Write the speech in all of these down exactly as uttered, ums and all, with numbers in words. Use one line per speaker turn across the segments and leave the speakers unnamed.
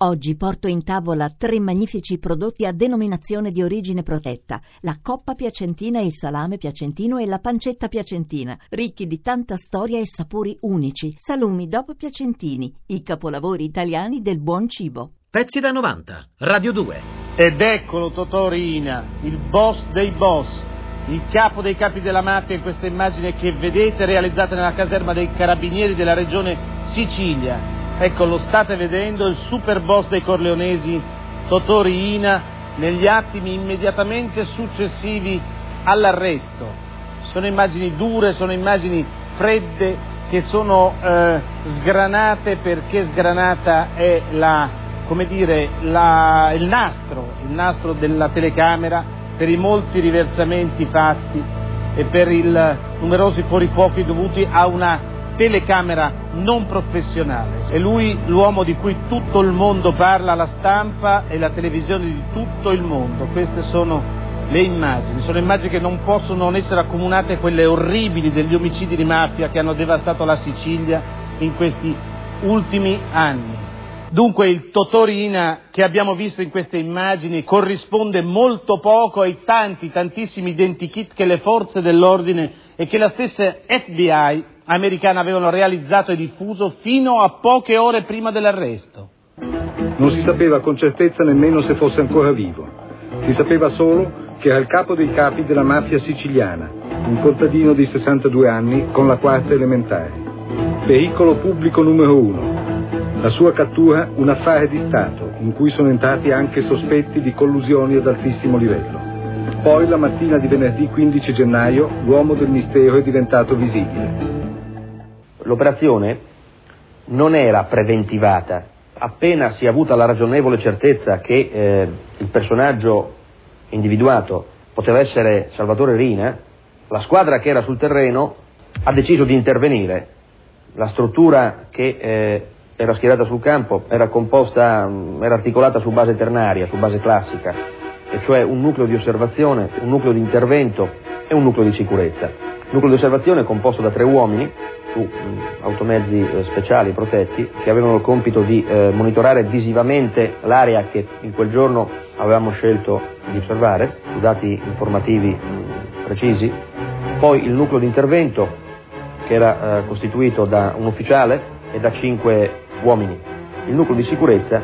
Oggi porto in tavola tre magnifici prodotti a denominazione di origine protetta: la coppa piacentina, il salame piacentino e la pancetta piacentina, ricchi di tanta storia e sapori unici. Salumi dopo piacentini, i capolavori italiani del buon cibo.
Pezzi da novanta, Radio due.
Ed eccolo Totò Riina, il boss dei boss, il capo dei capi della mafia, in questa immagine che vedete realizzata nella caserma dei carabinieri della regione Sicilia. Ecco, lo state vedendo, il super boss dei corleonesi, Totò Riina, negli attimi immediatamente successivi all'arresto. Sono immagini dure, sono immagini fredde, che sono eh, sgranate, perché sgranata è la, come dire, la, il nastro, il nastro della telecamera per i molti riversamenti fatti e per i numerosi fuorifuochi dovuti a una telecamera non professionale. È lui l'uomo di cui tutto il mondo parla, la stampa e la televisione di tutto il mondo. Queste sono le immagini, sono immagini che non possono non essere accomunate a quelle orribili degli omicidi di mafia che hanno devastato la Sicilia in questi ultimi anni. Dunque il Totò Riina che abbiamo visto in queste immagini corrisponde molto poco ai tanti, tantissimi identikit che le forze dell'ordine e che la stessa F B I americana avevano realizzato e diffuso fino a poche ore prima dell'arresto.
Non si sapeva con certezza nemmeno se fosse ancora vivo. Si sapeva solo che era il capo dei capi della mafia siciliana, un contadino di sessantadue anni con la quarta elementare. Pericolo pubblico numero uno. La sua cattura un affare di Stato, in cui sono entrati anche sospetti di collusioni ad altissimo livello. Poi la mattina di venerdì quindici gennaio l'uomo del mistero è diventato visibile.
L'operazione non era preventivata. Appena si è avuta la ragionevole certezza che eh, il personaggio individuato poteva essere Salvatore Riina, la squadra che era sul terreno ha deciso di intervenire. La struttura che eh, era schierata sul campo era composta, era articolata su base ternaria, su base classica, e cioè un nucleo di osservazione, un nucleo di intervento e un nucleo di sicurezza. Il nucleo di osservazione è composto da tre uomini su mh, automezzi eh, speciali protetti che avevano il compito di eh, monitorare visivamente l'area che in quel giorno avevamo scelto di osservare, su dati informativi mh, precisi. Poi il nucleo di intervento, che era eh, costituito da un ufficiale e da cinque uomini. Il nucleo di sicurezza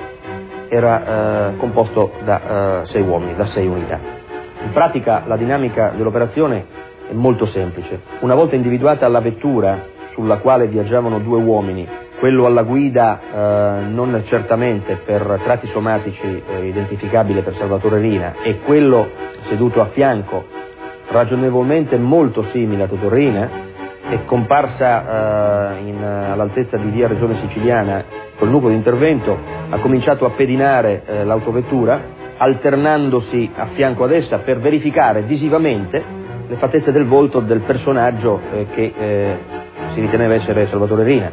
era eh, composto da eh, sei uomini, da sei unità. In pratica la dinamica dell'operazione è molto semplice. Una volta individuata la vettura sulla quale viaggiavano due uomini, quello alla guida eh, non certamente per tratti somatici eh, identificabile per Salvatore Riina e quello seduto a fianco ragionevolmente molto simile a Totò Riina, è comparsa eh, in, all'altezza di via Regione Siciliana col nucleo di intervento, ha cominciato a pedinare eh, l'autovettura alternandosi a fianco ad essa per verificare visivamente le fattezze del volto del personaggio eh, che eh, si riteneva essere Salvatore Riina.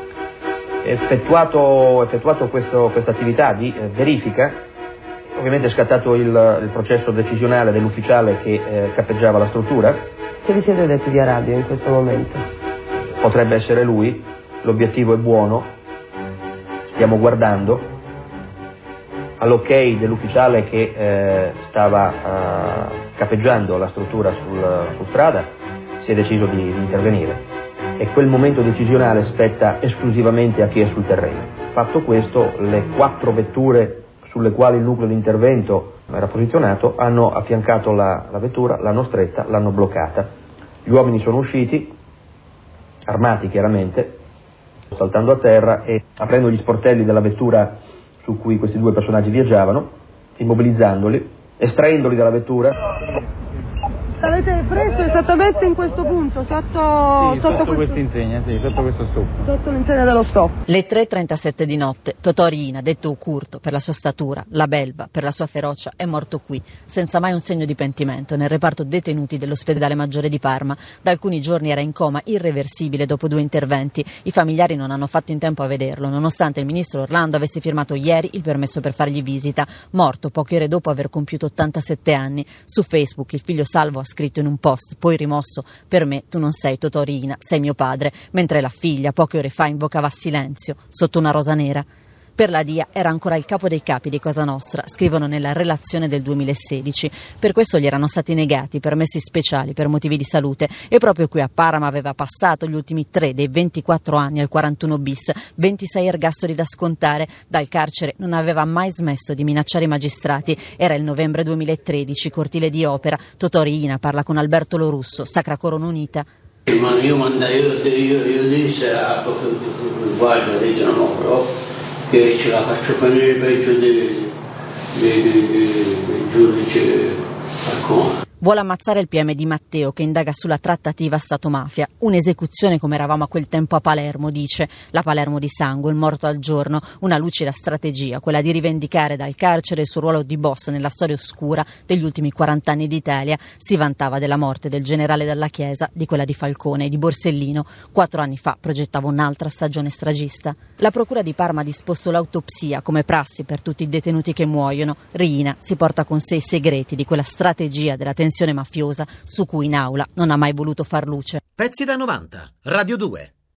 Effettuato, effettuato questa attività di eh, verifica, ovviamente è scattato il, il processo decisionale dell'ufficiale che eh, cappeggiava la struttura.
Che vi siete detti via radio in questo momento?
Potrebbe essere lui, l'obiettivo è buono, stiamo guardando. All'ok dell'ufficiale che eh, stava eh, cappeggiando la struttura sul, su strada si è deciso di, di intervenire. E quel momento decisionale spetta esclusivamente a chi è sul terreno. Fatto questo, le quattro vetture sulle quali il nucleo di intervento era posizionato hanno affiancato la, la vettura, l'hanno stretta, l'hanno bloccata. Gli uomini sono usciti, armati chiaramente, saltando a terra e aprendo gli sportelli della vettura su cui questi due personaggi viaggiavano, immobilizzandoli, estraendoli dalla vettura.
L'avete preso esattamente in questo punto, sotto,
sì,
sotto,
sotto
questo...
questa insegna, sì, sotto questo stop.
Sotto l'insegna dello stop.
Le tre e trentasette di notte, Totò Riina, detto Curto per la sua statura, la belva per la sua ferocia, è morto qui, senza mai un segno di pentimento, nel reparto detenuti dell'ospedale maggiore di Parma. Da alcuni giorni era in coma irreversibile dopo due interventi. I familiari non hanno fatto in tempo a vederlo, nonostante il ministro Orlando avesse firmato ieri il permesso per fargli visita. Morto poche ore dopo aver compiuto ottantasette anni. Su Facebook il figlio Salvo ha scritto in un post, poi rimosso: per me tu non sei Totò Riina, sei mio padre, mentre la figlia poche ore fa invocava silenzio sotto una rosa nera. Per la D I A era ancora il capo dei capi di Cosa Nostra, scrivono nella relazione del duemilasedici. Per questo gli erano stati negati permessi speciali per motivi di salute e proprio qui a Parma aveva passato gli ultimi tre dei ventiquattro anni al quarantuno bis, ventisei ergastoli da scontare. Dal carcere non aveva mai smesso di minacciare i magistrati. Era il novembre duemilatredici, cortile di Opera. Totò Riina parla con Alberto Lorusso, Sacra Corona Unita.
Ma io mandai, io, io, io disse a guarda, Regina Moro, che ce la faccio venire peggio dei, dei, dei, dei, dei giudici Falcone.
Vuole ammazzare il P M di Matteo che indaga sulla trattativa Stato-mafia. Un'esecuzione come eravamo a quel tempo a Palermo, dice. La Palermo di sangue, il morto al giorno. Una lucida strategia, quella di rivendicare dal carcere il suo ruolo di boss nella storia oscura degli ultimi quaranta anni d'Italia. Si vantava della morte del generale Dalla Chiesa, di quella di Falcone e di Borsellino. Quattro anni fa progettava un'altra stagione stragista. La procura di Parma ha disposto l'autopsia come prassi per tutti i detenuti che muoiono. Riina si porta con sé i segreti di quella strategia della tensione mafiosa su cui in aula non ha mai voluto far luce.
Pezzi da novanta, Radio due.